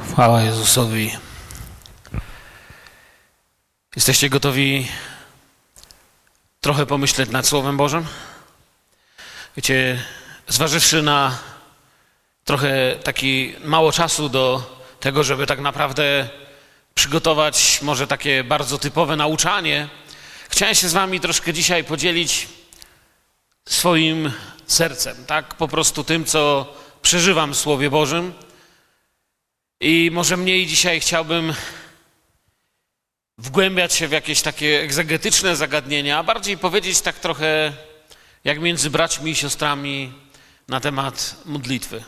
Chwała Jezusowi. Jesteście gotowi trochę pomyśleć nad Słowem Bożym? Wiecie, zważywszy na trochę taki mało czasu do tego, żeby tak naprawdę przygotować może takie bardzo typowe nauczanie, chciałem się z wami troszkę dzisiaj podzielić swoim sercem, tak? Po prostu tym, co przeżywam w Słowie Bożym. I może mniej dzisiaj chciałbym wgłębiać się w jakieś takie egzegetyczne zagadnienia, a bardziej powiedzieć tak trochę jak między braćmi i siostrami na temat modlitwy.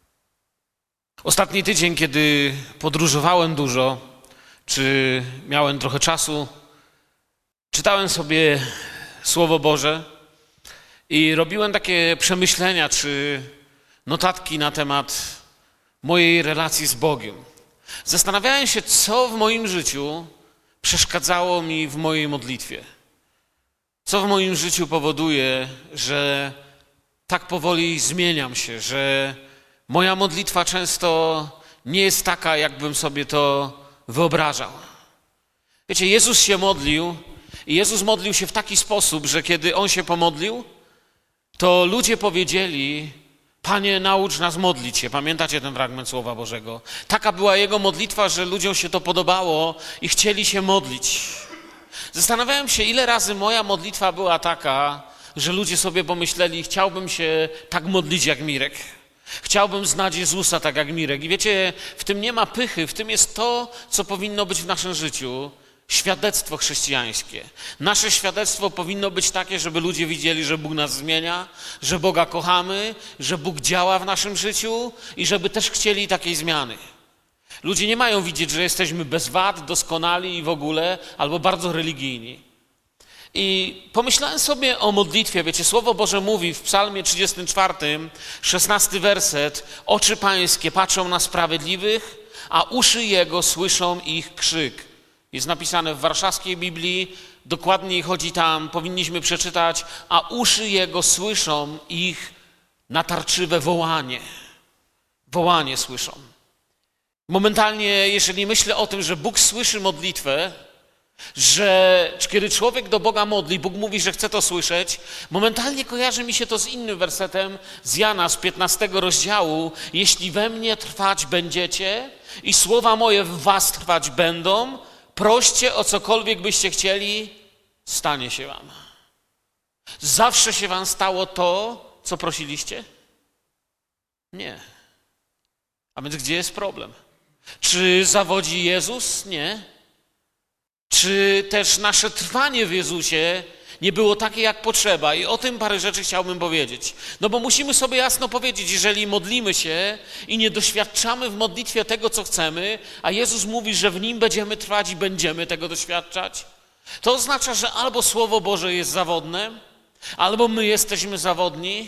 Ostatni tydzień, kiedy podróżowałem dużo, czy miałem trochę czasu, czytałem sobie Słowo Boże i robiłem takie przemyślenia czy notatki na temat mojej relacji z Bogiem. Zastanawiałem się, co w moim życiu przeszkadzało mi w mojej modlitwie. Co w moim życiu powoduje, że tak powoli zmieniam się, że moja modlitwa często nie jest taka, jakbym sobie to wyobrażał. Wiecie, Jezus się modlił i Jezus modlił się w taki sposób, że kiedy On się pomodlił, to ludzie powiedzieli: Panie, naucz nas modlić się. Pamiętacie ten fragment Słowa Bożego? Taka była Jego modlitwa, że ludziom się to podobało i chcieli się modlić. Zastanawiałem się, ile razy moja modlitwa była taka, że ludzie sobie pomyśleli: chciałbym się tak modlić jak Mirek. Chciałbym znać Jezusa tak jak Mirek. I wiecie, w tym nie ma pychy, w tym jest to, co powinno być w naszym życiu. Świadectwo chrześcijańskie. Nasze świadectwo powinno być takie, żeby ludzie widzieli, że Bóg nas zmienia, że Boga kochamy, że Bóg działa w naszym życiu i żeby też chcieli takiej zmiany. Ludzie nie mają widzieć, że jesteśmy bez wad, doskonali i w ogóle, albo bardzo religijni. I pomyślałem sobie o modlitwie. Wiecie, Słowo Boże mówi w Psalmie 34, 16 werset: oczy pańskie patrzą na sprawiedliwych, a uszy Jego słyszą ich krzyk. Jest napisane w warszawskiej Biblii, dokładniej chodzi tam, powinniśmy przeczytać: a uszy Jego słyszą ich natarczywe wołanie. Wołanie słyszą. Momentalnie, jeżeli myślę o tym, że Bóg słyszy modlitwę, że kiedy człowiek do Boga modli, Bóg mówi, że chce to słyszeć, momentalnie kojarzy mi się to z innym wersetem z Jana z 15 rozdziału: jeśli we mnie trwać będziecie i słowa moje w was trwać będą, proście o cokolwiek byście chcieli, stanie się wam. Zawsze się wam stało to, co prosiliście? Nie. A więc gdzie jest problem? Czy zawodzi Jezus? Nie. Czy też nasze trwanie w Jezusie nie było takie, jak potrzeba? I o tym parę rzeczy chciałbym powiedzieć. No bo musimy sobie jasno powiedzieć, jeżeli modlimy się i nie doświadczamy w modlitwie tego, co chcemy, a Jezus mówi, że w Nim będziemy trwać i będziemy tego doświadczać, to oznacza, że albo Słowo Boże jest zawodne, albo my jesteśmy zawodni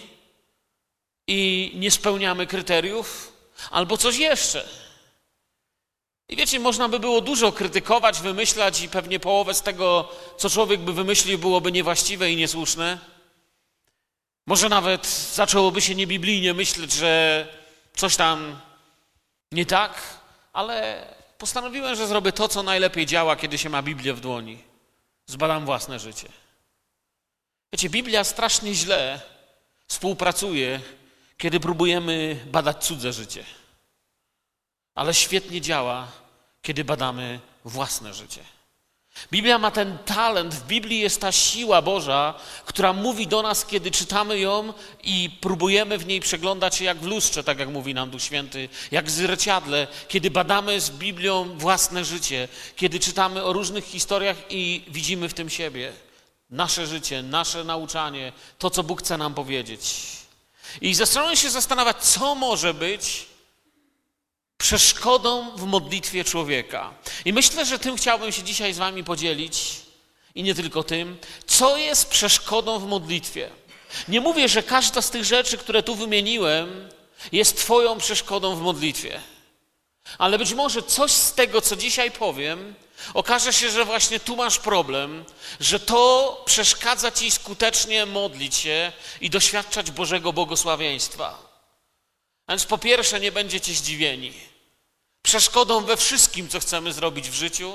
i nie spełniamy kryteriów, albo coś jeszcze. I wiecie, można by było dużo krytykować, wymyślać i pewnie połowę z tego, co człowiek by wymyślił, byłoby niewłaściwe i niesłuszne. Może nawet zaczęłoby się niebiblijnie myśleć, że coś tam nie tak, ale postanowiłem, że zrobię to, co najlepiej działa, kiedy się ma Biblię w dłoni. Zbadam własne życie. Wiecie, Biblia strasznie źle współpracuje, kiedy próbujemy badać cudze życie. Ale świetnie działa, kiedy badamy własne życie. Biblia ma ten talent, w Biblii jest ta siła Boża, która mówi do nas, kiedy czytamy ją i próbujemy w niej przeglądać się jak w lustrze, tak jak mówi nam Duch Święty, jak w zwierciadle, kiedy badamy z Biblią własne życie, kiedy czytamy o różnych historiach i widzimy w tym siebie, nasze życie, nasze nauczanie, to, co Bóg chce nam powiedzieć. I zacząłem się zastanawiać, co może być przeszkodą w modlitwie człowieka. I myślę, że tym chciałbym się dzisiaj z wami podzielić i nie tylko tym, co jest przeszkodą w modlitwie. Nie mówię, że każda z tych rzeczy, które tu wymieniłem, jest twoją przeszkodą w modlitwie. Ale być może coś z tego, co dzisiaj powiem, okaże się, że właśnie tu masz problem, że to przeszkadza ci skutecznie modlić się i doświadczać Bożego błogosławieństwa. A więc po pierwsze, nie będziecie zdziwieni. przeszkodą we wszystkim, co chcemy zrobić w życiu,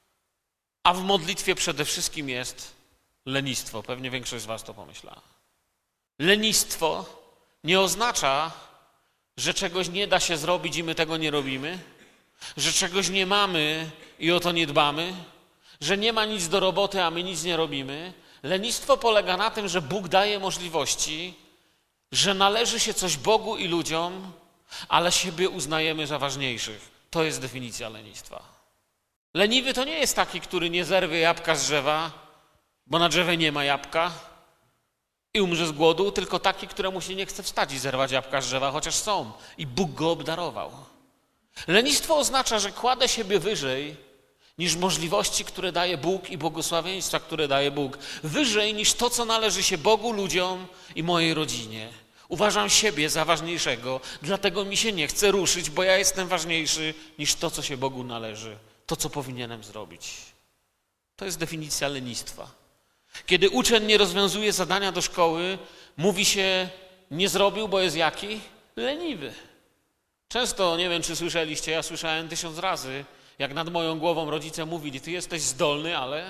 a w modlitwie przede wszystkim jest lenistwo. Pewnie większość z was to pomyślała. Lenistwo nie oznacza, że czegoś nie da się zrobić i my tego nie robimy, że czegoś nie mamy i o to nie dbamy, że nie ma nic do roboty, a my nic nie robimy. Lenistwo polega na tym, że Bóg daje możliwości, że należy się coś Bogu i ludziom, ale siebie uznajemy za ważniejszych. To jest definicja lenistwa. Leniwy to nie jest taki, który nie zerwie jabłka z drzewa, bo na drzewie nie ma jabłka i umrze z głodu, tylko taki, któremu się nie chce wstać i zerwać jabłka z drzewa, chociaż są. I Bóg go obdarował. Lenistwo oznacza, że kładę siebie wyżej niż możliwości, które daje Bóg i błogosławieństwa, które daje Bóg. Wyżej niż to, co należy się Bogu, ludziom i mojej rodzinie. Uważam siebie za ważniejszego, dlatego mi się nie chce ruszyć, bo ja jestem ważniejszy niż to, co się Bogu należy, to, co powinienem zrobić. To jest definicja lenistwa. Kiedy uczeń nie rozwiązuje zadania do szkoły, mówi się, nie zrobił, bo jest jaki? Leniwy. Często, nie wiem, czy słyszeliście, ja słyszałem 1000 razy, jak nad moją głową rodzice mówili, ty jesteś zdolny, ale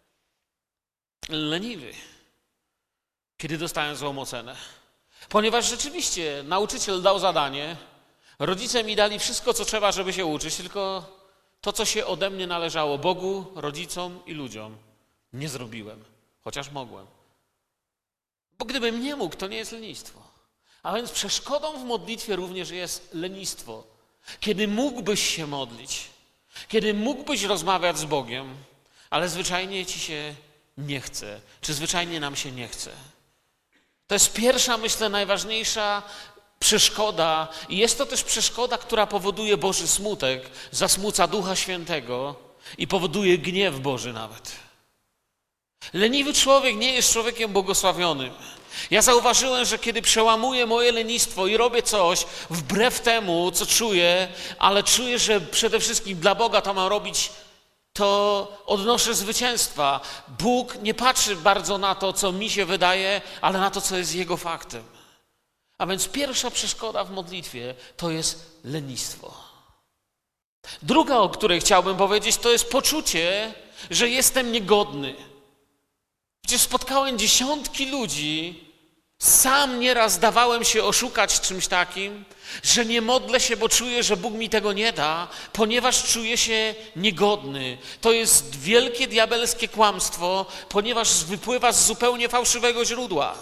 leniwy. Kiedy dostałem złą ocenę. Ponieważ rzeczywiście nauczyciel dał zadanie, rodzice mi dali wszystko, co trzeba, żeby się uczyć, tylko to, co się ode mnie należało Bogu, rodzicom i ludziom, nie zrobiłem, chociaż mogłem. Bo gdybym nie mógł, to nie jest lenistwo. A więc przeszkodą w modlitwie również jest lenistwo. Kiedy mógłbyś się modlić, kiedy mógłbyś rozmawiać z Bogiem, ale zwyczajnie ci się nie chce, czy zwyczajnie nam się nie chce. To jest pierwsza, myślę, najważniejsza przeszkoda i jest to też przeszkoda, która powoduje Boży smutek, zasmuca Ducha Świętego i powoduje gniew Boży nawet. Leniwy człowiek nie jest człowiekiem błogosławionym. Ja zauważyłem, że kiedy przełamuję moje lenistwo i robię coś wbrew temu, co czuję, ale czuję, że przede wszystkim dla Boga to mam robić, to odnoszę zwycięstwa. Bóg nie patrzy bardzo na to, co mi się wydaje, ale na to, co jest Jego faktem. A więc pierwsza przeszkoda w modlitwie to jest lenistwo. Druga, o której chciałbym powiedzieć, to jest poczucie, że jestem niegodny. Przecież spotkałem dziesiątki ludzi, sam nieraz dawałem się oszukać czymś takim, że nie modlę się, bo czuję, że Bóg mi tego nie da, ponieważ czuję się niegodny. To jest wielkie diabelskie kłamstwo, ponieważ wypływa z zupełnie fałszywego źródła.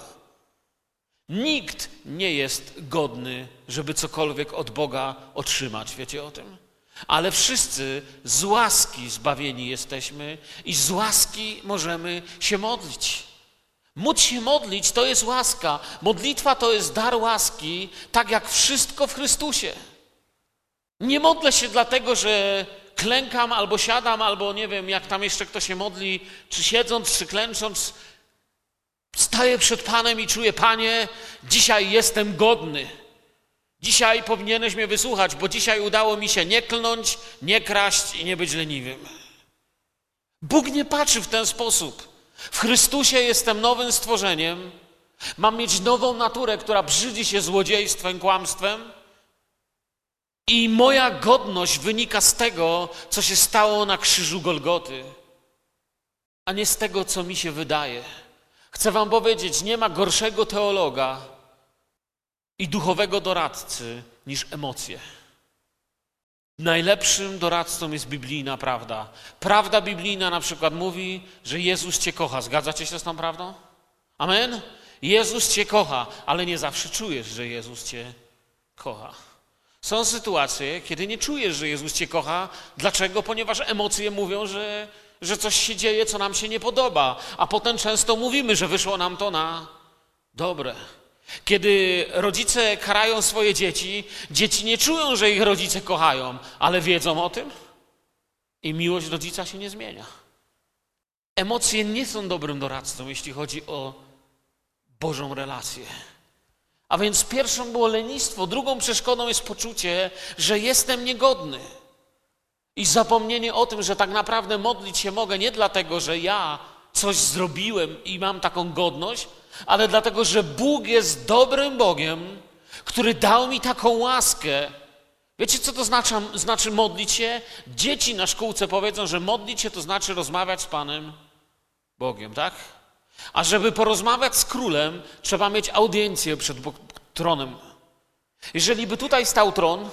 Nikt nie jest godny, żeby cokolwiek od Boga otrzymać. Wiecie o tym? Ale wszyscy z łaski zbawieni jesteśmy i z łaski możemy się modlić. Móc się modlić to jest łaska. Modlitwa to jest dar łaski, tak jak wszystko w Chrystusie. Nie modlę się dlatego, że klękam albo siadam, albo nie wiem, jak tam jeszcze kto się modli, czy siedząc, czy klęcząc. Staję przed Panem i czuję, Panie, dzisiaj jestem godny. Dzisiaj powinieneś mnie wysłuchać, bo dzisiaj udało mi się nie klnąć, nie kraść i nie być leniwym. Bóg nie patrzy w ten sposób. W Chrystusie jestem nowym stworzeniem. Mam mieć nową naturę, która brzydzi się złodziejstwem, kłamstwem. I moja godność wynika z tego, co się stało na krzyżu Golgoty, a nie z tego, co mi się wydaje. Chcę wam powiedzieć, nie ma gorszego teologa i duchowego doradcy niż emocje. Najlepszym doradcą jest biblijna prawda. Prawda biblijna na przykład mówi, że Jezus cię kocha. Zgadzacie się z tą prawdą? Amen? Jezus cię kocha, ale nie zawsze czujesz, że Jezus cię kocha. Są sytuacje, kiedy nie czujesz, że Jezus cię kocha. Dlaczego? Ponieważ emocje mówią, że coś się dzieje, co nam się nie podoba. A potem często mówimy, że wyszło nam to na dobre. Kiedy rodzice karają swoje dzieci, dzieci nie czują, że ich rodzice kochają, ale wiedzą o tym i miłość rodzica się nie zmienia. Emocje nie są dobrym doradcą, jeśli chodzi o Bożą relację. A więc pierwszą było lenistwo, drugą przeszkodą jest poczucie, że jestem niegodny. I zapomnienie o tym, że tak naprawdę modlić się mogę nie dlatego, że ja coś zrobiłem i mam taką godność, ale dlatego, że Bóg jest dobrym Bogiem, który dał mi taką łaskę, Wiecie, co to znaczy modlić się? Dzieci na szkółce powiedzą, że modlić się to znaczy rozmawiać z Panem Bogiem, tak? A żeby porozmawiać z królem, trzeba mieć audiencję przed tronem. Jeżeli by tutaj stał tron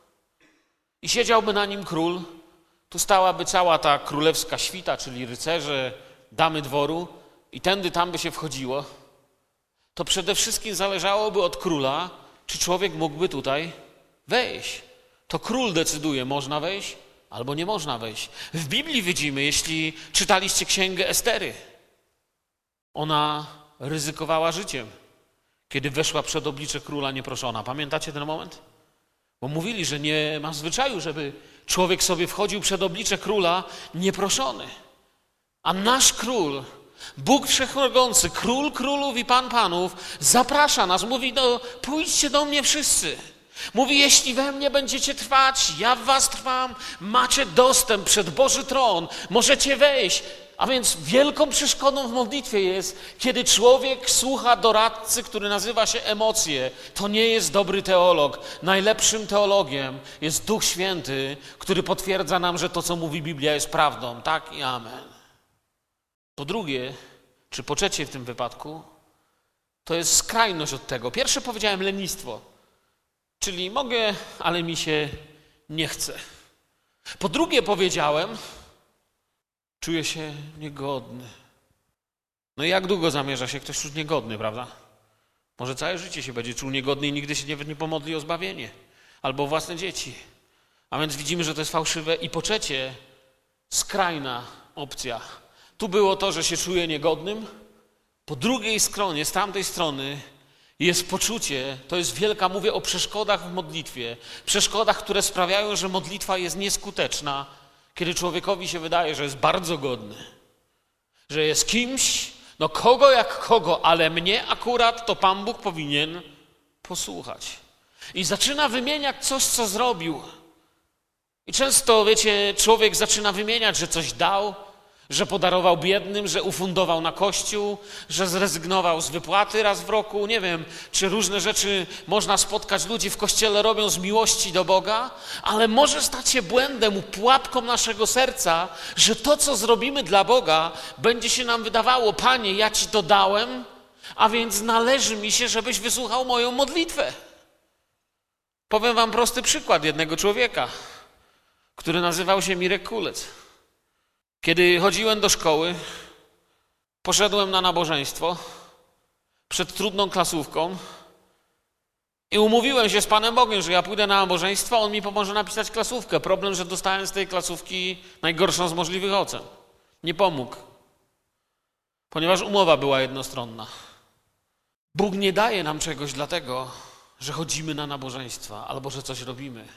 i siedziałby na nim król, tu stałaby cała ta królewska świta, czyli rycerze, damy dworu i tędy tam by się wchodziło, to przede wszystkim zależałoby od króla, czy człowiek mógłby tutaj wejść. To król decyduje, można wejść albo nie można wejść. W Biblii widzimy, jeśli czytaliście księgę Estery, ona ryzykowała życiem, kiedy weszła przed oblicze króla nieproszona. Pamiętacie ten moment? Bo mówili, że nie ma zwyczaju, żeby człowiek sobie wchodził przed oblicze króla nieproszony. A nasz król, Bóg Wszechmogący, Król królów i Pan panów, zaprasza nas, mówi, no pójdźcie do mnie wszyscy. Mówi, jeśli we mnie będziecie trwać, ja w was trwam, macie dostęp przed Boży tron, możecie wejść. A więc wielką przeszkodą w modlitwie jest, kiedy człowiek słucha doradcy, który nazywa się emocje. To nie jest dobry teolog. Najlepszym teologiem jest Duch Święty, który potwierdza nam, że to, co mówi Biblia, jest prawdą. Tak i amen. Po drugie, czy po trzecie w tym wypadku, to jest skrajność od tego. Pierwsze powiedziałem lenistwo, czyli mogę, ale mi się nie chce. Po drugie powiedziałem, czuję się niegodny. No i jak długo zamierza się ktoś czuć niegodny, prawda? Może całe życie się będzie czuł niegodny i nigdy się nie pomodli o zbawienie. Albo o własne dzieci. A więc widzimy, że to jest fałszywe. I po trzecie, skrajna opcja. Tu było to, że się czuję niegodnym. Po drugiej stronie, z tamtej strony jest poczucie, to jest wielka, mówię o przeszkodach w modlitwie. Przeszkodach, które sprawiają, że modlitwa jest nieskuteczna, kiedy człowiekowi się wydaje, że jest bardzo godny. Że jest kimś, no kogo jak kogo, ale mnie akurat to Pan Bóg powinien posłuchać. I zaczyna wymieniać coś, co zrobił. I często, wiecie, człowiek zaczyna wymieniać, że coś dał, że podarował biednym, że ufundował na kościół, że zrezygnował z wypłaty raz w roku. Nie wiem, czy różne rzeczy można spotkać, ludzi w kościele robią z miłości do Boga, ale może stać się błędem, pułapką naszego serca, że to, co zrobimy dla Boga, będzie się nam wydawało, Panie, ja Ci to dałem, a więc należy mi się, żebyś wysłuchał moją modlitwę. Powiem wam prosty przykład jednego człowieka, który nazywał się Mirek Kulec. Kiedy chodziłem do szkoły, poszedłem na nabożeństwo przed trudną klasówką i umówiłem się z Panem Bogiem, że ja pójdę na nabożeństwo, On mi pomoże napisać klasówkę. Problem, że dostałem z tej klasówki najgorszą z możliwych ocen. Nie pomógł, ponieważ umowa była jednostronna. Bóg nie daje nam czegoś dlatego, że chodzimy na nabożeństwa albo że coś robimy.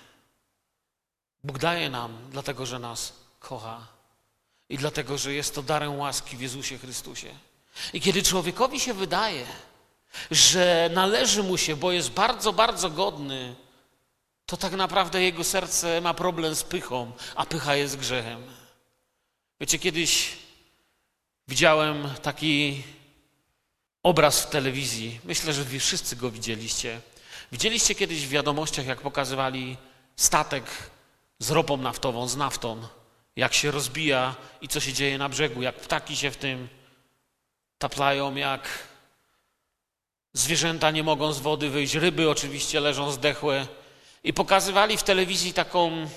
Bóg daje nam dlatego, że nas kocha. I dlatego, że jest to darem łaski w Jezusie Chrystusie. I kiedy człowiekowi się wydaje, że należy mu się, bo jest bardzo, bardzo godny, to tak naprawdę jego serce ma problem z pychą, a pycha jest grzechem. Wiecie, kiedyś widziałem taki obraz w telewizji. Myślę, że wy wszyscy go widzieliście. Widzieliście kiedyś w wiadomościach, jak pokazywali statek z ropą naftową, z naftą, jak się rozbija i co się dzieje na brzegu, jak ptaki się w tym taplają, jak zwierzęta nie mogą z wody wyjść, ryby oczywiście leżą zdechłe. I pokazywali w telewizji taką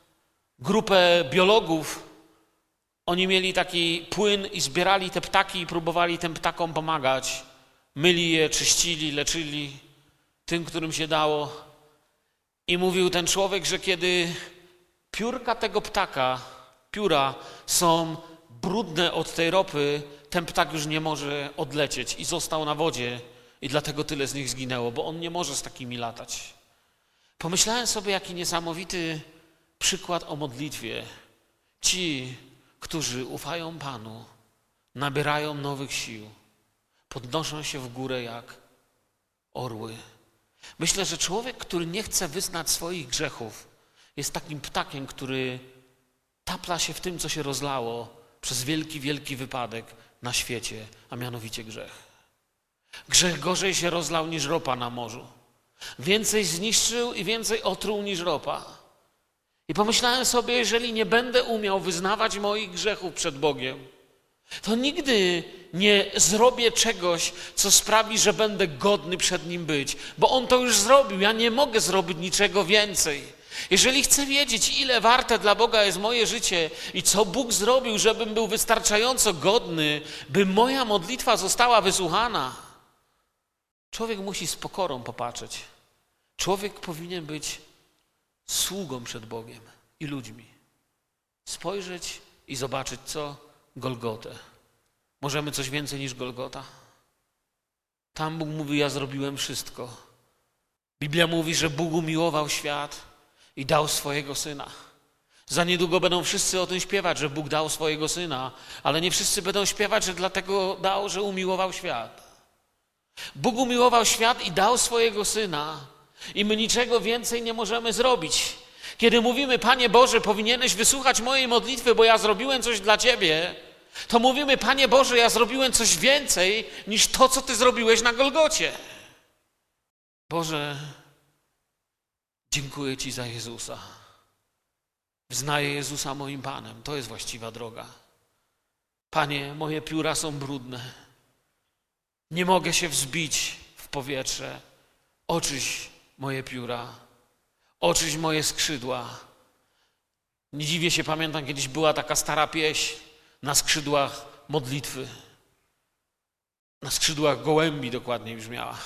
grupę biologów. Oni mieli taki płyn i zbierali te ptaki i próbowali tym ptakom pomagać. Myli je, czyścili, leczyli tym, którym się dało. I mówił ten człowiek, że kiedy piórka tego ptaka, pióra są brudne od tej ropy, ten ptak już nie może odlecieć i został na wodzie i dlatego tyle z nich zginęło, bo on nie może z takimi latać. Pomyślałem sobie, jaki niesamowity przykład o modlitwie. Ci, którzy ufają Panu, nabierają nowych sił, podnoszą się w górę jak orły. Myślę, że człowiek, który nie chce wyznać swoich grzechów, jest takim ptakiem, który tapla się w tym, co się rozlało przez wielki, wielki wypadek na świecie, a mianowicie grzech. Grzech gorzej się rozlał niż ropa na morzu. Więcej zniszczył i więcej otruł niż ropa. I pomyślałem sobie, jeżeli nie będę umiał wyznawać moich grzechów przed Bogiem, to nigdy nie zrobię czegoś, co sprawi, że będę godny przed Nim być. Bo On to już zrobił, ja nie mogę zrobić niczego więcej. Jeżeli chcę wiedzieć, ile warte dla Boga jest moje życie i co Bóg zrobił, żebym był wystarczająco godny, by moja modlitwa została wysłuchana, człowiek musi z pokorą popatrzeć. Człowiek powinien być sługą przed Bogiem i ludźmi. Spojrzeć i zobaczyć co? Golgotę. Możemy coś więcej niż Golgota? Tam Bóg mówi, ja zrobiłem wszystko. Biblia mówi, że Bóg umiłował świat i dał swojego Syna. Za niedługo będą wszyscy o tym śpiewać, że Bóg dał swojego Syna, ale nie wszyscy będą śpiewać, że dlatego dał, że umiłował świat. Bóg umiłował świat i dał swojego Syna i my niczego więcej nie możemy zrobić. Kiedy mówimy, Panie Boże, powinieneś wysłuchać mojej modlitwy, bo ja zrobiłem coś dla Ciebie, to mówimy, Panie Boże, ja zrobiłem coś więcej niż to, co Ty zrobiłeś na Golgocie. Boże, dziękuję Ci za Jezusa. Wyznaję Jezusa moim Panem. To jest właściwa droga. Panie, moje pióra są brudne. Nie mogę się wzbić w powietrze. Oczyś moje pióra. Oczyś moje skrzydła. Nie dziwię się, pamiętam, kiedyś była taka stara pieśń na skrzydłach modlitwy. Na skrzydłach gołębi dokładniej brzmiała.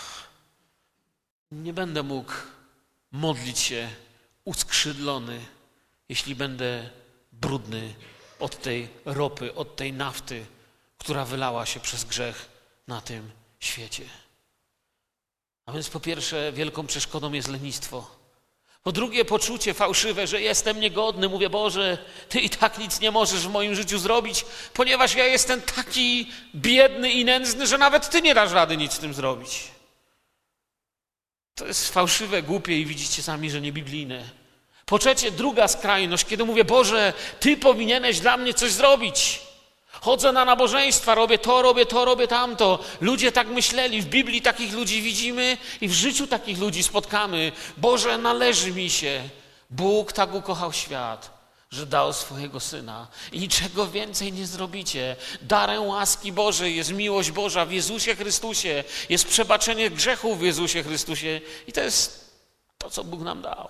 Nie będę mógł modlić się uskrzydlony, jeśli będę brudny od tej ropy, od tej nafty, która wylała się przez grzech na tym świecie. A więc po pierwsze wielką przeszkodą jest lenistwo. Po drugie poczucie fałszywe, że jestem niegodny. Mówię, Boże, Ty i tak nic nie możesz w moim życiu zrobić, ponieważ ja jestem taki biedny i nędzny, że nawet Ty nie dasz rady nic z tym zrobić. To jest fałszywe, głupie i widzicie sami, że nie biblijne. Po trzecie, druga skrajność, kiedy mówię, Boże, Ty powinieneś dla mnie coś zrobić. Chodzę na nabożeństwa, robię to, robię tamto. Ludzie tak myśleli, w Biblii takich ludzi widzimy i w życiu takich ludzi spotkamy. Boże, należy mi się. Bóg tak ukochał świat, że dał swojego Syna i niczego więcej nie zrobicie. Darem łaski Bożej jest miłość Boża w Jezusie Chrystusie, jest przebaczenie grzechów w Jezusie Chrystusie i to jest to, co Bóg nam dał.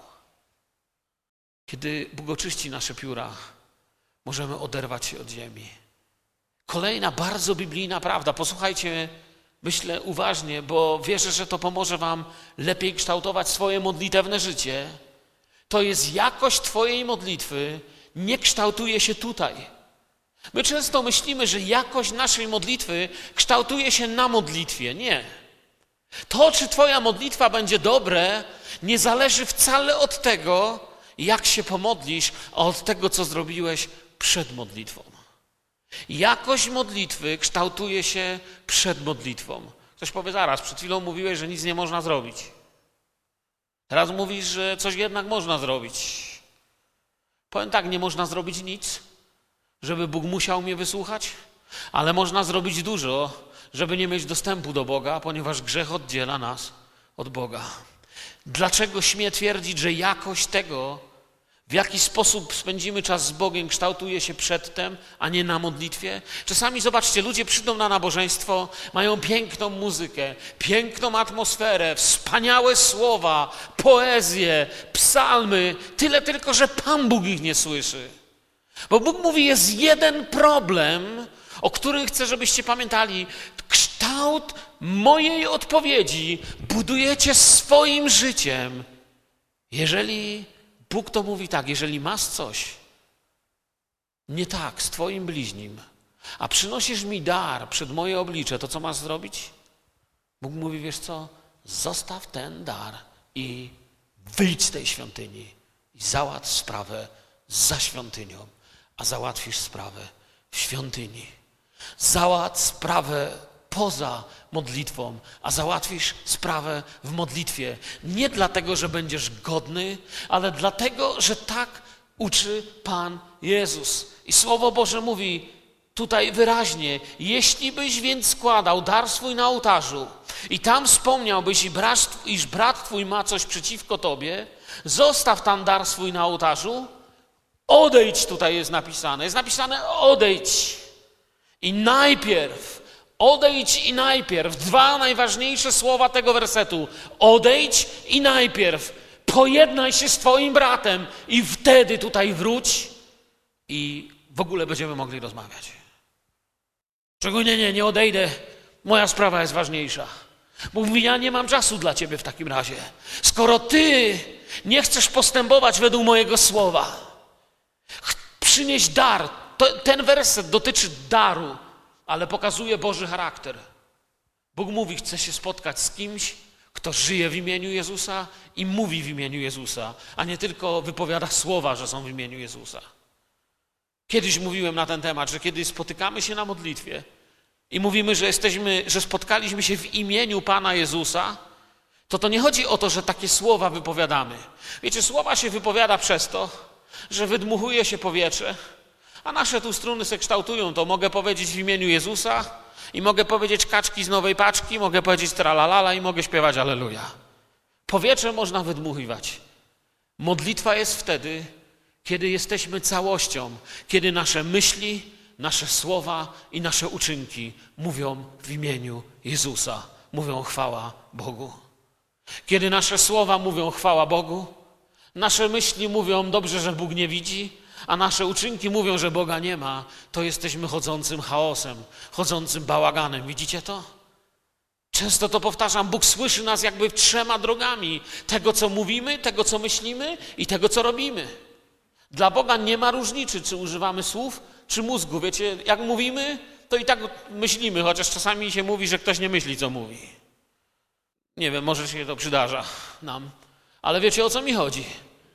Kiedy Bóg oczyści nasze pióra, możemy oderwać się od ziemi. Kolejna bardzo biblijna prawda. Posłuchajcie, myślę uważnie, bo wierzę, że to pomoże wam lepiej kształtować swoje modlitewne życie. To jest jakość twojej modlitwy nie kształtuje się tutaj. My często myślimy, że jakość naszej modlitwy kształtuje się na modlitwie. Nie. To, czy twoja modlitwa będzie dobre, nie zależy wcale od tego, jak się pomodlisz, a od tego, co zrobiłeś przed modlitwą. Jakość modlitwy kształtuje się przed modlitwą. Ktoś powie, zaraz, przed chwilą mówiłeś, że nic nie można zrobić. Teraz mówisz, że coś jednak można zrobić. Powiem tak, nie można zrobić nic, żeby Bóg musiał mnie wysłuchać, ale można zrobić dużo, żeby nie mieć dostępu do Boga, ponieważ grzech oddziela nas od Boga. Dlaczego śmiem twierdzić, że jakość tego, w jaki sposób spędzimy czas z Bogiem, kształtuje się przedtem, a nie na modlitwie? Czasami, zobaczcie, ludzie przyjdą na nabożeństwo, mają piękną muzykę, piękną atmosferę, wspaniałe słowa, poezję, psalmy, tyle tylko, że Pan Bóg ich nie słyszy. Bo Bóg mówi, jest jeden problem, o którym chcę, żebyście pamiętali. Kształt mojej odpowiedzi budujecie swoim życiem. Jeżeli Bóg to mówi tak, jeżeli masz coś nie tak z twoim bliźnim, a przynosisz mi dar przed moje oblicze, to co masz zrobić? Bóg mówi, wiesz co, zostaw ten dar i wyjdź z tej świątyni i załatw sprawę za świątynią, a załatwisz sprawę w świątyni. Załatw sprawę poza modlitwą, a załatwisz sprawę w modlitwie. Nie dlatego, że będziesz godny, ale dlatego, że tak uczy Pan Jezus. I Słowo Boże mówi, tutaj wyraźnie: jeśli byś więc składał dar swój na ołtarzu i tam wspomniałbyś, iż brat twój ma coś przeciwko tobie, zostaw tam dar swój na ołtarzu, odejdź, tutaj jest napisane odejdź i najpierw, odejdź i najpierw, dwa najważniejsze słowa tego wersetu: odejdź i najpierw, pojednaj się z twoim bratem i wtedy tutaj wróć i w ogóle będziemy mogli rozmawiać. Czego nie odejdę, moja sprawa jest ważniejsza. Bóg mówi: ja nie mam czasu dla ciebie w takim razie. Skoro ty nie chcesz postępować według mojego słowa, przynieś dar. Ten werset dotyczy daru, ale pokazuje Boży charakter. Bóg mówi: chcę się spotkać z kimś, kto żyje w imieniu Jezusa i mówi w imieniu Jezusa, a nie tylko wypowiada słowa, że są w imieniu Jezusa. Kiedyś mówiłem na ten temat, że kiedy spotykamy się na modlitwie i mówimy, że spotkaliśmy się w imieniu Pana Jezusa, to nie chodzi o to, że takie słowa wypowiadamy. Wiecie, słowa się wypowiada przez to, że wydmuchuje się powietrze, a nasze tu struny se kształtują to. Mogę powiedzieć w imieniu Jezusa i mogę powiedzieć kaczki z nowej paczki, mogę powiedzieć tralalala i mogę śpiewać alleluja. Powietrze można wydmuchiwać. Modlitwa jest wtedy, kiedy jesteśmy całością, kiedy nasze myśli, nasze słowa i nasze uczynki mówią w imieniu Jezusa, mówią chwała Bogu. Kiedy nasze słowa mówią chwała Bogu, nasze myśli mówią dobrze, że Bóg nie widzi, a nasze uczynki mówią, że Boga nie ma, to jesteśmy chodzącym chaosem, chodzącym bałaganem. Widzicie to? Często to powtarzam, Bóg słyszy nas jakby trzema drogami: tego, co mówimy, tego, co myślimy i tego, co robimy. Dla Boga nie ma różnicy, czy używamy słów, czy mózgu. Wiecie, jak mówimy, to i tak myślimy, chociaż czasami się mówi, że ktoś nie myśli, co mówi. Nie wiem, może się to przydarza nam, ale wiecie, o co mi chodzi?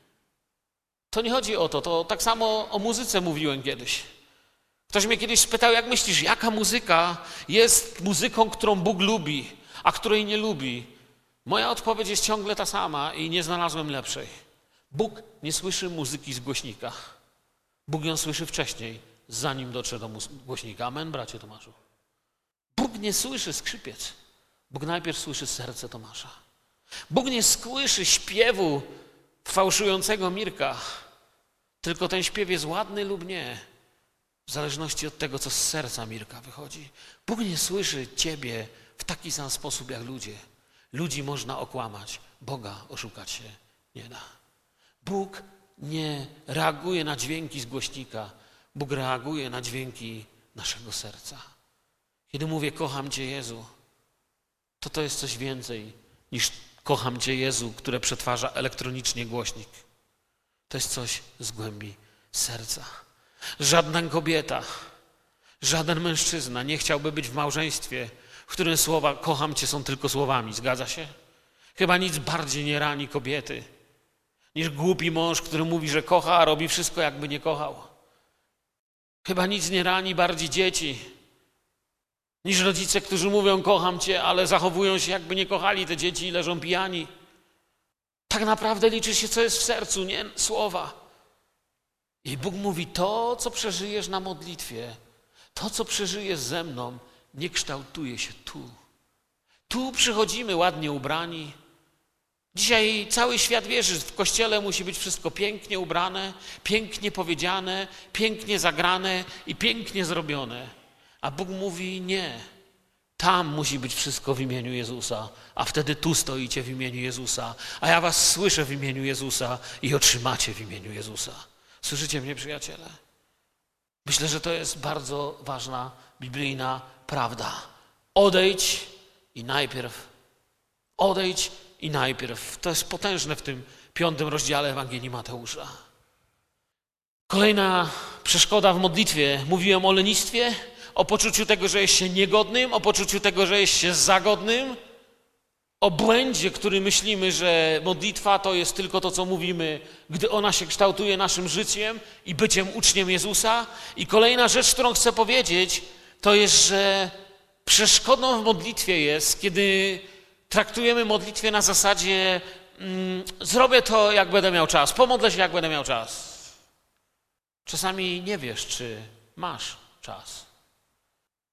To nie chodzi o to, to tak samo o muzyce mówiłem kiedyś. Ktoś mnie kiedyś spytał: jak myślisz, jaka muzyka jest muzyką, którą Bóg lubi, a której nie lubi? Moja odpowiedź jest ciągle ta sama i nie znalazłem lepszej. Bóg nie słyszy muzyki z głośnika. Bóg ją słyszy wcześniej, zanim dotrze do głośnika. Amen, bracie Tomaszu? Bóg nie słyszy skrzypiec. Bóg najpierw słyszy serce Tomasza. Bóg nie słyszy śpiewu fałszującego Mirka, tylko ten śpiew jest ładny lub nie, w zależności od tego, co z serca Mirka wychodzi. Bóg nie słyszy ciebie w taki sam sposób jak ludzie. Ludzi można okłamać, Boga oszukać się nie da. Bóg nie reaguje na dźwięki z głośnika, Bóg reaguje na dźwięki naszego serca. Kiedy mówię kocham Cię, Jezu, to jest coś więcej niż kocham Cię, Jezu, które przetwarza elektronicznie głośnik. To jest coś z głębi serca. Żadna kobieta, żaden mężczyzna nie chciałby być w małżeństwie, w którym słowa kocham Cię są tylko słowami. Zgadza się? Chyba nic bardziej nie rani kobiety niż głupi mąż, który mówi, że kocha, a robi wszystko, jakby nie kochał. Chyba nic nie rani bardziej dzieci niż rodzice, którzy mówią kocham Cię, ale zachowują się, jakby nie kochali te dzieci i leżą pijani. Tak naprawdę liczy się, co jest w sercu, nie słowa. I Bóg mówi, to, co przeżyjesz na modlitwie, to, co przeżyjesz ze mną, nie kształtuje się tu. Tu przychodzimy ładnie ubrani. Dzisiaj cały świat wierzy, że w kościele musi być wszystko pięknie ubrane, pięknie powiedziane, pięknie zagrane i pięknie zrobione. A Bóg mówi nie. Tam musi być wszystko w imieniu Jezusa, a wtedy tu stoicie w imieniu Jezusa, a ja was słyszę w imieniu Jezusa i otrzymacie w imieniu Jezusa. Słyszycie mnie, przyjaciele? Myślę, że to jest bardzo ważna biblijna prawda. Odejdź i najpierw. Odejdź i najpierw. To jest potężne w tym 5. rozdziale Ewangelii Mateusza. Kolejna przeszkoda w modlitwie. Mówiłem o lenistwie, o poczuciu tego, że jest się niegodnym, o poczuciu tego, że jest się zagodnym, o błędzie, który myślimy, że modlitwa to jest tylko to, co mówimy, gdy ona się kształtuje naszym życiem i byciem uczniem Jezusa. I kolejna rzecz, którą chcę powiedzieć, to jest, że przeszkodą w modlitwie jest, kiedy traktujemy modlitwę na zasadzie zrobię to, jak będę miał czas, pomodlę się, jak będę miał czas. Czasami nie wiesz, czy masz czas.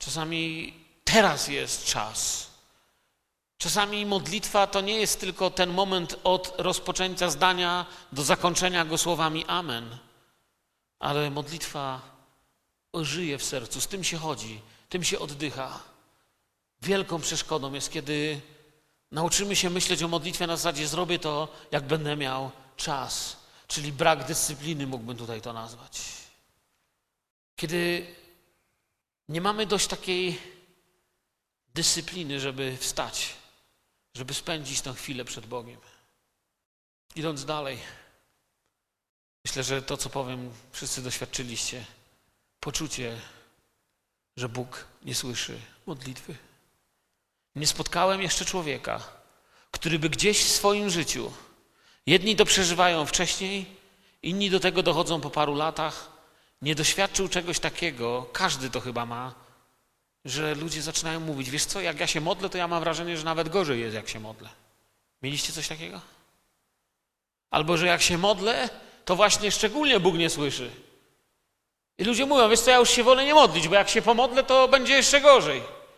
Czasami teraz jest czas. Czasami modlitwa to nie jest tylko ten moment od rozpoczęcia zdania do zakończenia go słowami amen. Ale modlitwa żyje w sercu, z tym się chodzi, tym się oddycha. Wielką przeszkodą jest, kiedy nauczymy się myśleć o modlitwie na zasadzie zrobię to, jak będę miał czas. Czyli brak dyscypliny, mógłbym tutaj to nazwać. Kiedy nie mamy dość takiej dyscypliny, żeby wstać, żeby spędzić tę chwilę przed Bogiem. Idąc dalej, myślę, że to, co powiem, wszyscy doświadczyliście. Poczucie, że Bóg nie słyszy modlitwy. Nie spotkałem jeszcze człowieka, który by gdzieś w swoim życiu, jedni to przeżywają wcześniej, inni do tego dochodzą po paru latach, nie doświadczył czegoś takiego, każdy to chyba ma, że ludzie zaczynają mówić, wiesz co, jak ja się modlę, to ja mam wrażenie, że nawet gorzej jest, jak się modlę. Mieliście coś takiego? Albo, że jak się modlę, to właśnie szczególnie Bóg nie słyszy. I ludzie mówią, wiesz co, ja już się wolę nie modlić, bo jak się pomodlę, to będzie jeszcze gorzej.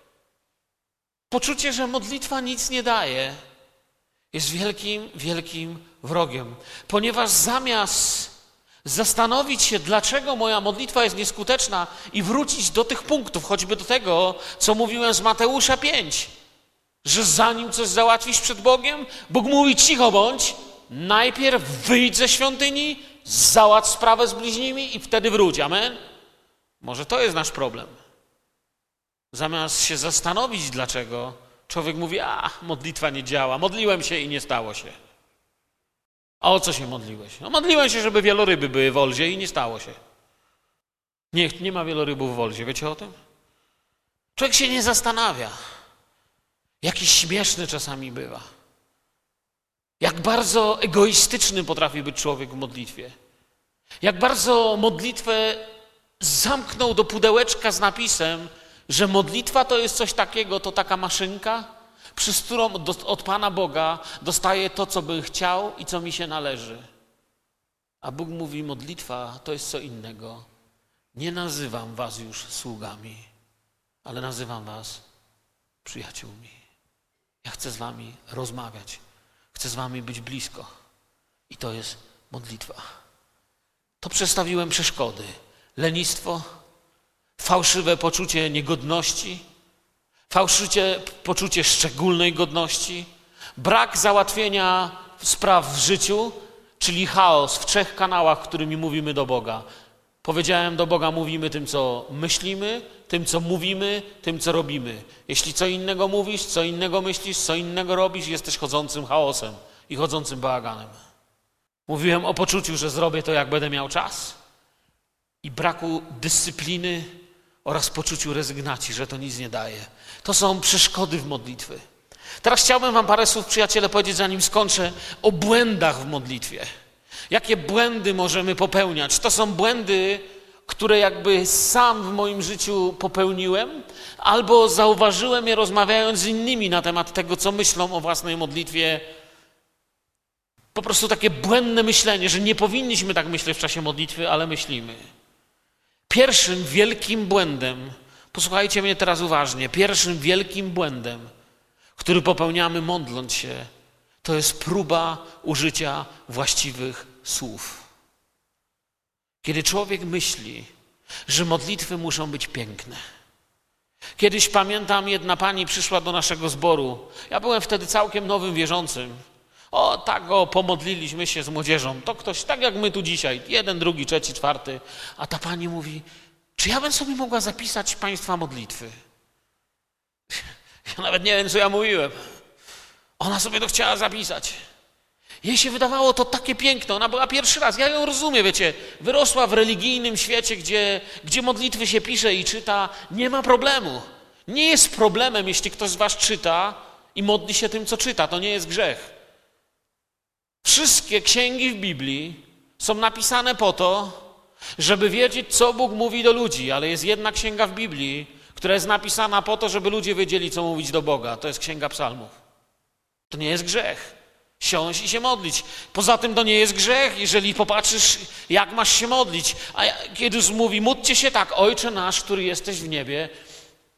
Poczucie, że modlitwa nic nie daje, jest wielkim, wielkim wrogiem. Ponieważ zamiast zastanowić się, dlaczego moja modlitwa jest nieskuteczna i wrócić do tych punktów, choćby do tego, co mówiłem z Mateusza 5, że zanim coś załatwisz przed Bogiem, Bóg mówi cicho bądź, najpierw wyjdź ze świątyni, załatw sprawę z bliźnimi i wtedy wróć. Amen? Może to jest nasz problem. Zamiast się zastanowić dlaczego, człowiek mówi, modlitwa nie działa, modliłem się i nie stało się. A o co się modliłeś? No modliłem się, żeby wieloryby były w Olzie i nie stało się. Nie ma wielorybów w Olzie, wiecie o tym? Człowiek się nie zastanawia. Jaki śmieszny czasami bywa. Jak bardzo egoistyczny potrafi być człowiek w modlitwie. Jak bardzo modlitwę zamknął do pudełeczka z napisem, że modlitwa to jest coś takiego, to taka maszynka, przez którą od Pana Boga dostaję to, co bym chciał i co mi się należy. A Bóg mówi, modlitwa to jest co innego. Nie nazywam was już sługami, ale nazywam was przyjaciółmi. Ja chcę z wami rozmawiać. Chcę z wami być blisko. I to jest modlitwa. To przedstawiłem przeszkody. Lenistwo, fałszywe poczucie niegodności, fałszywe poczucie szczególnej godności, brak załatwienia spraw w życiu, czyli chaos w 3 kanałach, którymi mówimy do Boga. Powiedziałem, do Boga mówimy tym, co myślimy, tym, co mówimy, tym, co robimy. Jeśli co innego mówisz, co innego myślisz, co innego robisz, jesteś chodzącym chaosem i chodzącym bałaganem. Mówiłem o poczuciu, że zrobię to, jak będę miał czas i braku dyscypliny oraz poczuciu rezygnacji, że to nic nie daje. To są przeszkody w modlitwie. Teraz chciałbym wam parę słów, przyjaciele, powiedzieć, zanim skończę, o błędach w modlitwie. Jakie błędy możemy popełniać? To są błędy, które jakby sam w moim życiu popełniłem, albo zauważyłem je rozmawiając z innymi na temat tego, co myślą o własnej modlitwie. Po prostu takie błędne myślenie, że nie powinniśmy tak myśleć w czasie modlitwy, ale myślimy. Pierwszym wielkim błędem, posłuchajcie mnie teraz uważnie, pierwszym wielkim błędem, który popełniamy modląc się, to jest próba użycia właściwych słów. Kiedy człowiek myśli, że modlitwy muszą być piękne. Kiedyś pamiętam, jedna pani przyszła do naszego zboru. Ja byłem wtedy całkiem nowym wierzącym. Pomodliliśmy się z młodzieżą. To ktoś, tak jak my tu dzisiaj, 1, 2, 3, 4. A ta pani mówi, czy ja bym sobie mogła zapisać państwa modlitwy? Ja nawet nie wiem, co ja mówiłem. Ona sobie to chciała zapisać. Jej się wydawało to takie piękne. Ona była pierwszy raz. Ja ją rozumiem, wiecie. Wyrosła w religijnym świecie, gdzie modlitwy się pisze i czyta. Nie ma problemu. Nie jest problemem, jeśli ktoś z was czyta i modli się tym, co czyta. To nie jest grzech. Wszystkie księgi w Biblii są napisane po to, żeby wiedzieć, co Bóg mówi do ludzi. Ale jest jedna księga w Biblii, która jest napisana po to, żeby ludzie wiedzieli, co mówić do Boga. To jest Księga Psalmów. To nie jest grzech. Siąść i się modlić. Poza tym to nie jest grzech, jeżeli popatrzysz, jak masz się modlić. A Jezus mówi, módlcie się tak, Ojcze nasz, który jesteś w niebie,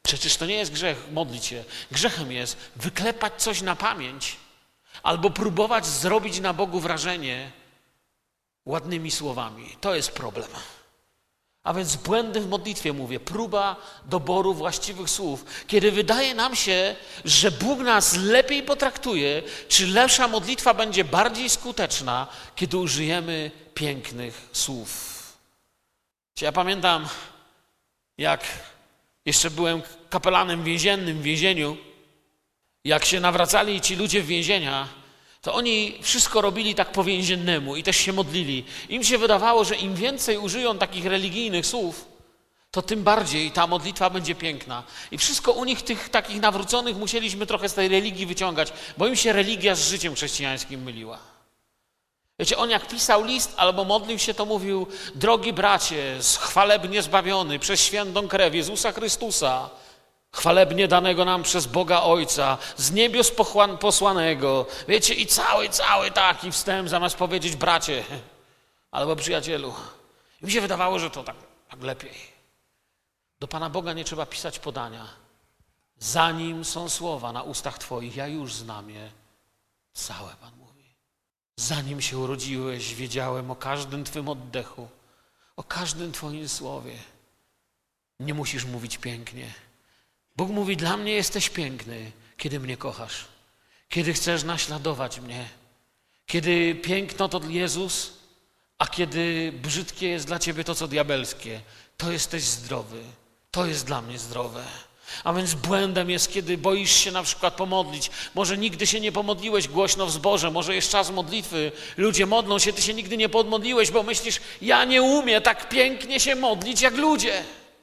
Przecież to nie jest grzech modlić się. Grzechem jest wyklepać coś na pamięć albo próbować zrobić na Bogu wrażenie ładnymi słowami. To jest problem. A więc błędy w modlitwie, mówię, próba doboru właściwych słów. Kiedy wydaje nam się, że Bóg nas lepiej potraktuje, czy lepsza modlitwa będzie bardziej skuteczna, kiedy użyjemy pięknych słów. Ja pamiętam, jak jeszcze byłem kapelanem więziennym w więzieniu, jak się nawracali ci ludzie w więzienia, to oni wszystko robili tak po więziennemu i też się modlili. Im się wydawało, że im więcej użyją takich religijnych słów, to tym bardziej ta modlitwa będzie piękna. I wszystko u nich, tych takich nawróconych, musieliśmy trochę z tej religii wyciągać, bo im się religia z życiem chrześcijańskim myliła. Wiecie, on jak pisał list albo modlił się, to mówił: drogi bracie, chwalebnie zbawiony przez świętą krew Jezusa Chrystusa, chwalebnie danego nam przez Boga Ojca, z niebios posłanego. Wiecie, i cały taki wstęp, zamiast powiedzieć bracie albo przyjacielu. I mi się wydawało, że to tak lepiej. Do Pana Boga nie trzeba pisać podania. Zanim są słowa na ustach Twoich, ja już znam je całe, Pan mówi. Zanim się urodziłeś, wiedziałem o każdym Twym oddechu, o każdym Twoim słowie. Nie musisz mówić pięknie. Bóg mówi: dla mnie jesteś piękny, kiedy mnie kochasz, kiedy chcesz naśladować mnie, kiedy piękno to Jezus, a kiedy brzydkie jest dla Ciebie to, co diabelskie, to jesteś zdrowy, to jest dla mnie zdrowe. A więc błędem jest, kiedy boisz się na przykład pomodlić. Może nigdy się nie pomodliłeś głośno w zborze, może jest czas modlitwy, ludzie modlą się, ty się nigdy nie podmodliłeś, bo myślisz: ja nie umiem tak pięknie się modlić jak ludzie.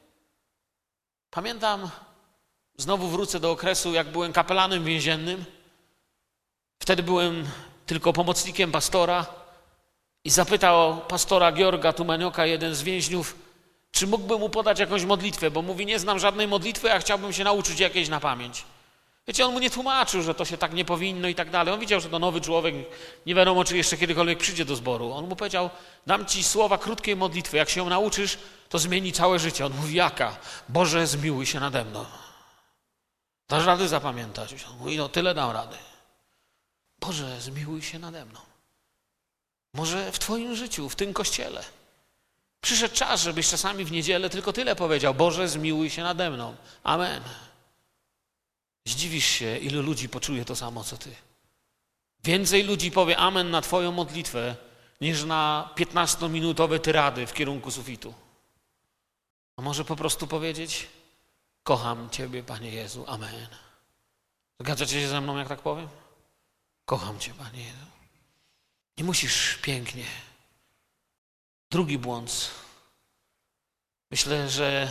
Pamiętam, znowu wrócę do okresu, jak byłem kapelanem więziennym. Wtedy byłem tylko pomocnikiem pastora i zapytał pastora Georga Tumanioka, jeden z więźniów, czy mógłby mu podać jakąś modlitwę, bo mówi: nie znam żadnej modlitwy, a chciałbym się nauczyć jakiejś na pamięć. Wiecie, on mu nie tłumaczył, że to się tak nie powinno i tak dalej. On widział, że to nowy człowiek, nie wiadomo, czy jeszcze kiedykolwiek przyjdzie do zboru. On mu powiedział: dam ci słowa krótkiej modlitwy, jak się ją nauczysz, to zmieni całe życie. On mówi: jaka? Boże, zmiłuj się nade mną. Dasz rady zapamiętać? On mówi: no tyle dam rady. Boże, zmiłuj się nade mną. Może w Twoim życiu, w tym kościele przyszedł czas, żebyś czasami w niedzielę tylko tyle powiedział: Boże, zmiłuj się nade mną. Amen. Zdziwisz się, ilu ludzi poczuje to samo, co ty. Więcej ludzi powie amen na Twoją modlitwę, niż na 15-minutowe tyrady w kierunku sufitu. A może po prostu powiedzieć: kocham Ciebie, Panie Jezu. Amen. Zgadzacie się ze mną, jak tak powiem? Kocham Cię, Panie Jezu. Nie musisz pięknie. Drugi błąd. Myślę, że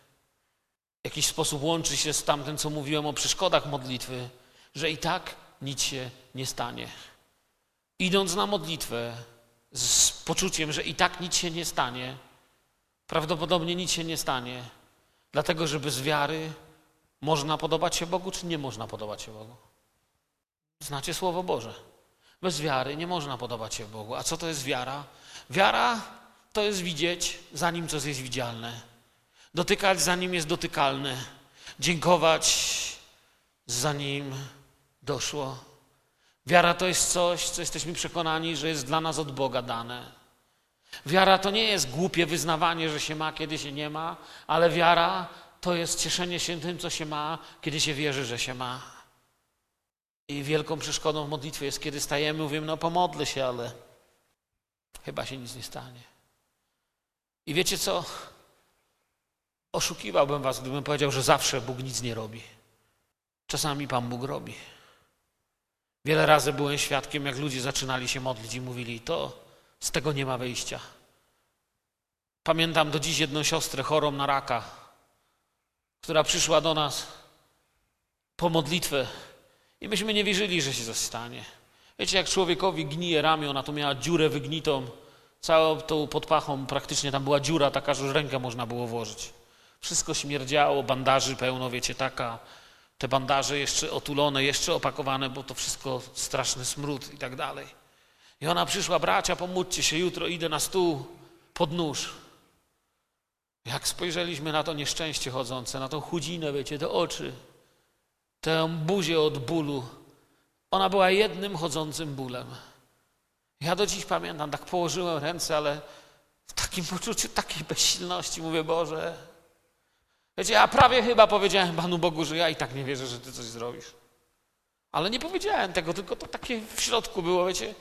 w jakiś sposób łączy się z tamtym, co mówiłem o przeszkodach modlitwy, że i tak nic się nie stanie. Idąc na modlitwę z poczuciem, że i tak nic się nie stanie, prawdopodobnie nic się nie stanie, dlatego że bez wiary można podobać się Bogu, czy nie można podobać się Bogu? Znacie Słowo Boże. Bez wiary nie można podobać się Bogu. A co to jest wiara? Wiara to jest widzieć, zanim coś jest widzialne. Dotykać, zanim jest dotykalne. Dziękować, zanim doszło. Wiara to jest coś, co jesteśmy przekonani, że jest dla nas od Boga dane. Wiara to nie jest głupie wyznawanie, że się ma, kiedy się nie ma, ale wiara to jest cieszenie się tym, co się ma, kiedy się wierzy, że się ma. I wielką przeszkodą w modlitwie jest, kiedy stajemy, mówimy: no pomodlę się, ale chyba się nic nie stanie. I wiecie co? Oszukiwałbym was, gdybym powiedział, że zawsze Bóg nic nie robi. Czasami Pan Bóg robi. Wiele razy byłem świadkiem, jak ludzie zaczynali się modlić i mówili: to z tego nie ma wyjścia. Pamiętam do dziś jedną siostrę chorą na raka, która przyszła do nas po modlitwę i myśmy nie wierzyli, że się coś stanie. Wiecie, jak człowiekowi gnije ramię, ona tu miała dziurę wygnitą, całą tą pod pachą praktycznie tam była dziura taka, że już rękę można było włożyć. Wszystko śmierdziało, bandaży pełno, wiecie, te bandaże jeszcze otulone, jeszcze opakowane, bo to wszystko straszny smród i tak dalej. I ona przyszła: bracia, pomódźcie się, jutro idę na stół pod nóż. Jak spojrzeliśmy na to nieszczęście chodzące, na tą chudzinę, wiecie, te oczy, tę buzię od bólu, ona była jednym chodzącym bólem. Ja do dziś pamiętam, tak położyłem ręce, ale w takim poczuciu takiej bezsilności mówię, Boże. Wiecie, ja prawie chyba powiedziałem Panu Bogu, że ja i tak nie wierzę, że Ty coś zrobisz. Ale nie powiedziałem tego, tylko to takie w środku było, wiecie.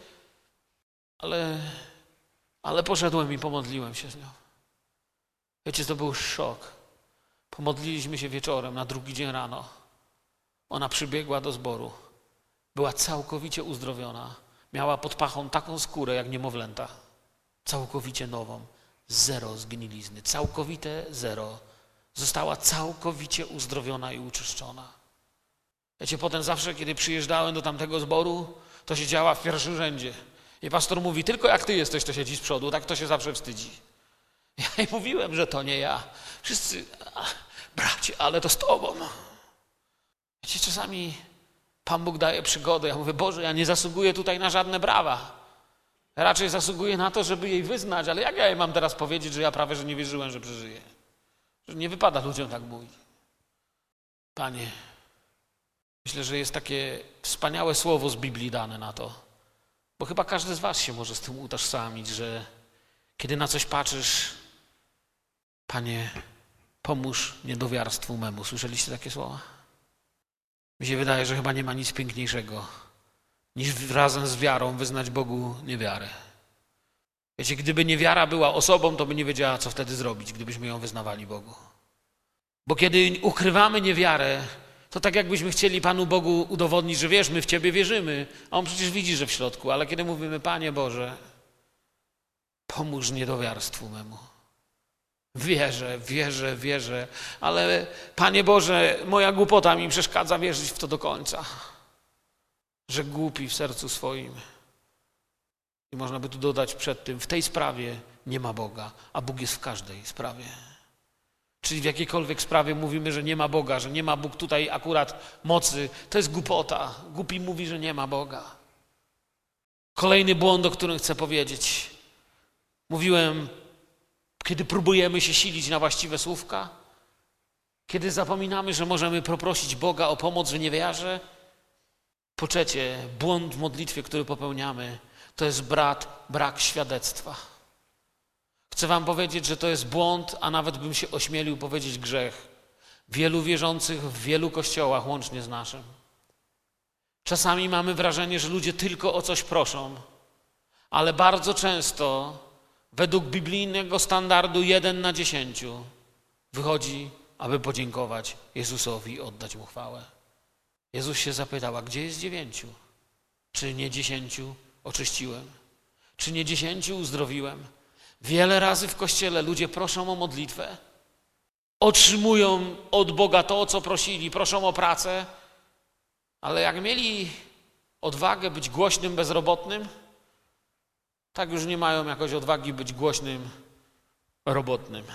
Ale poszedłem i pomodliłem się z nią. Wiecie, to był szok. Pomodliliśmy się wieczorem, na drugi dzień rano. Ona przybiegła do zboru. Była całkowicie uzdrowiona. Miała pod pachą taką skórę jak niemowlęta. Całkowicie nową. 0 zgnilizny. Całkowite 0. Została całkowicie uzdrowiona i uczyszczona. Wiecie, potem zawsze, kiedy przyjeżdżałem do tamtego zboru, to siedziała w pierwszym rzędzie. I pastor mówi, tylko jak ty jesteś, to siedzi z przodu, tak to się zawsze wstydzi. Ja jej mówiłem, że to nie ja. Wszyscy, bracie, ale to z tobą. Wiecie, czasami Pan Bóg daje przygodę. Ja mówię, Boże, ja nie zasługuję tutaj na żadne brawa. Raczej zasługuję na to, żeby jej wyznać, ale jak ja jej mam teraz powiedzieć, że ja prawie, że nie wierzyłem, że przeżyję? Że nie wypada ludziom tak mówić. Panie, myślę, że jest takie wspaniałe słowo z Biblii dane na to, bo chyba każdy z was się może z tym utożsamić, że kiedy na coś patrzysz, Panie, pomóż niedowiarstwu memu. Słyszeliście takie słowa? Mi się wydaje, że chyba nie ma nic piękniejszego, niż razem z wiarą wyznać Bogu niewiarę. Wiecie, gdyby niewiara była osobą, to by nie wiedziała, co wtedy zrobić, gdybyśmy ją wyznawali Bogu. Bo kiedy ukrywamy niewiarę, to tak jakbyśmy chcieli Panu Bogu udowodnić, że wiesz, my w Ciebie wierzymy, a On przecież widzi, że w środku. Ale kiedy mówimy, Panie Boże, pomóż niedowiarstwu memu. Wierzę, ale Panie Boże, moja głupota mi przeszkadza wierzyć w to do końca. Że głupi w sercu swoim. I można by tu dodać przed tym, w tej sprawie nie ma Boga, a Bóg jest w każdej sprawie. Czyli w jakiejkolwiek sprawie mówimy, że nie ma Boga, że nie ma Bóg tutaj akurat mocy, to jest głupota. Głupi mówi, że nie ma Boga. Kolejny błąd, o którym chcę powiedzieć. Mówiłem, kiedy próbujemy się silić na właściwe słówka, kiedy zapominamy, że możemy poprosić Boga o pomoc w niewiarze. Po trzecie, błąd w modlitwie, który popełniamy, to jest brak świadectwa. Chcę wam powiedzieć, że to jest błąd, a nawet bym się ośmielił powiedzieć grzech. Wielu wierzących w wielu kościołach, łącznie z naszym. Czasami mamy wrażenie, że ludzie tylko o coś proszą, ale bardzo często według biblijnego standardu 1 na 10 wychodzi, aby podziękować Jezusowi i oddać Mu chwałę. Jezus się zapytał, a gdzie jest 9? Czy nie 10 oczyściłem? Czy nie 10 uzdrowiłem? Wiele razy w Kościele ludzie proszą o modlitwę, otrzymują od Boga to, o co prosili, proszą o pracę, ale jak mieli odwagę być głośnym bezrobotnym, tak już nie mają jakoś odwagi być głośnym robotnym.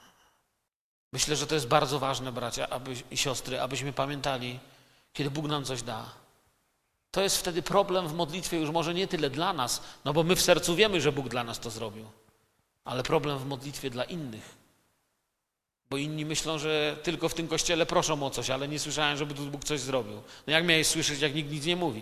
Myślę, że to jest bardzo ważne, bracia i siostry, abyśmy pamiętali, kiedy Bóg nam coś da. To jest wtedy problem w modlitwie już może nie tyle dla nas, no bo my w sercu wiemy, że Bóg dla nas to zrobił, ale problem w modlitwie dla innych. Bo inni myślą, że tylko w tym kościele proszą o coś, ale nie słyszałem, żeby tu Bóg coś zrobił. No jak miałeś słyszeć, jak nikt nic nie mówi?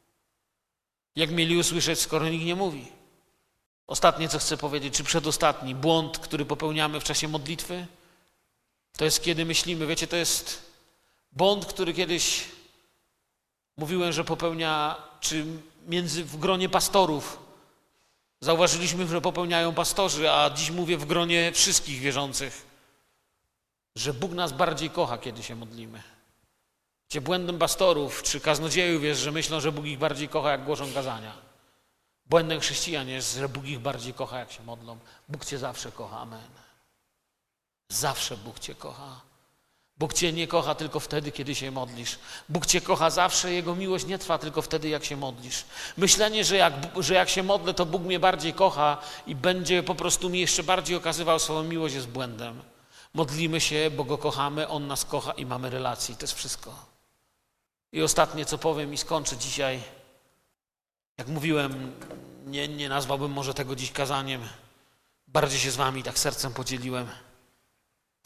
Jak mieli usłyszeć, skoro nikt nie mówi? Ostatnie, co chcę powiedzieć, czy przedostatni błąd, który popełniamy w czasie modlitwy, to jest kiedy myślimy, wiecie, to jest błąd, który kiedyś mówiłem, że popełnia, czy w gronie pastorów zauważyliśmy, że popełniają pastorzy, a dziś mówię w gronie wszystkich wierzących, że Bóg nas bardziej kocha, kiedy się modlimy. Wiecie, błędem pastorów czy kaznodziejów jest, że myślą, że Bóg ich bardziej kocha, jak głoszą kazania. Błędem chrześcijan jest, że Bóg ich bardziej kocha, jak się modlą. Bóg Cię zawsze kocha, amen. Zawsze Bóg Cię kocha. Bóg Cię nie kocha tylko wtedy, kiedy się modlisz. Bóg Cię kocha zawsze, Jego miłość nie trwa tylko wtedy, jak się modlisz. Myślenie, że jak się modlę, to Bóg mnie bardziej kocha i będzie po prostu mi jeszcze bardziej okazywał swoją miłość, jest błędem. Modlimy się, bo Go kochamy, On nas kocha i mamy relacje. To jest wszystko. I ostatnie, co powiem i skończę dzisiaj. Jak mówiłem, nie nazwałbym może tego dziś kazaniem. Bardziej się z wami tak sercem podzieliłem.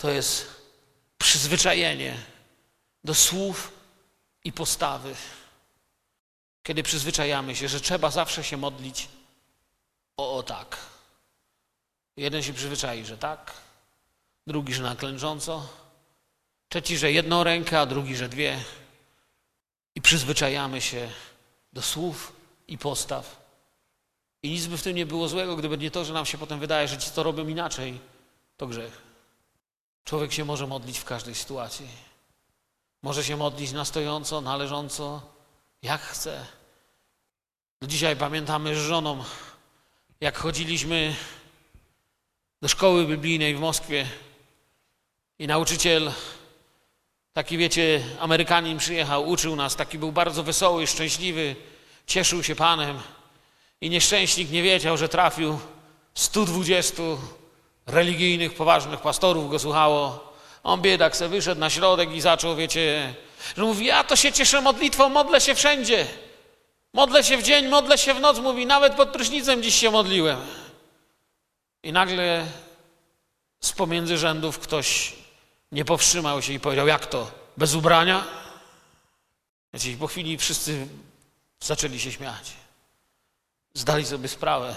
to jest przyzwyczajenie do słów i postawy. Kiedy przyzwyczajamy się, że trzeba zawsze się modlić o tak. Jeden się przyzwyczai, że tak, drugi, że na klęcząco, trzeci, że jedną rękę, a drugi, że dwie. I przyzwyczajamy się do słów i postaw. I nic by w tym nie było złego, gdyby nie to, że nam się potem wydaje, że ci to robią inaczej, to grzech. Człowiek się może modlić w każdej sytuacji. Może się modlić na stojąco, na leżąco, jak chce. Do dzisiaj pamiętamy z żoną, jak chodziliśmy do szkoły biblijnej w Moskwie i nauczyciel, taki wiecie, Amerykanin przyjechał, uczył nas, taki był bardzo wesoły, szczęśliwy, cieszył się Panem i nieszczęśnik nie wiedział, że trafił 120 religijnych, poważnych pastorów go słuchało. On biedak se wyszedł na środek i zaczął, wiecie, że mówi, ja to się cieszę modlitwą, modlę się wszędzie. Modlę się w dzień, modlę się w noc, mówi, nawet pod prysznicem dziś się modliłem. I nagle z pomiędzy rzędów ktoś nie powstrzymał się i powiedział, jak to, bez ubrania? Wiecie, po chwili wszyscy zaczęli się śmiać. Zdali sobie sprawę,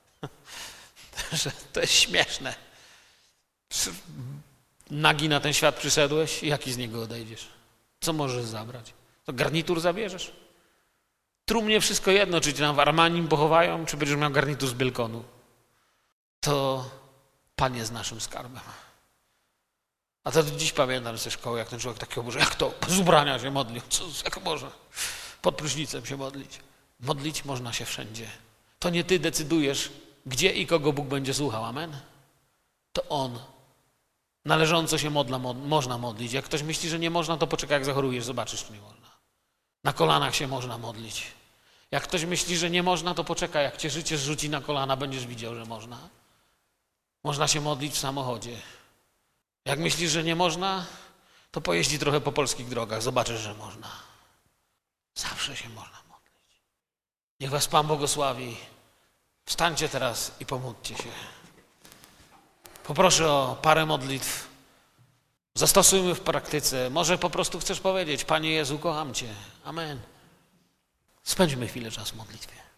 że to jest śmieszne. Nagi na ten świat przyszedłeś i jaki z niego odejdziesz? Co możesz zabrać? To garnitur zabierzesz? Trumnie wszystko jedno, czy cię nam w Armanim pochowają, czy będziesz miał garnitur z Bielkonu. To Pan jest naszym skarbem. A to dziś pamiętam ze szkoły, jak ten człowiek takiego, Boże, jak to? Bez ubrania się modlił. Co, jak można? Pod prysznicem się modlić. Modlić można się wszędzie. To nie ty decydujesz, gdzie i kogo Bóg będzie słuchał. Amen? To On. Należąco się można modlić. Jak ktoś myśli, że nie można, to poczekaj, jak zachorujesz, zobaczysz, czy nie można. Na kolanach się można modlić. Jak ktoś myśli, że nie można, to poczekaj, jak cię życie zrzuci na kolana, będziesz widział, że można. Można się modlić w samochodzie. Jak myślisz, że nie można, to pojeździ trochę po polskich drogach, zobaczysz, że można. Zawsze się można modlić. Niech was Pan błogosławi. Wstańcie teraz i pomódlcie się. Poproszę o parę modlitw. Zastosujmy w praktyce. Może po prostu chcesz powiedzieć, Panie Jezu, kocham Cię. Amen. Spędźmy chwilę czasu w modlitwie.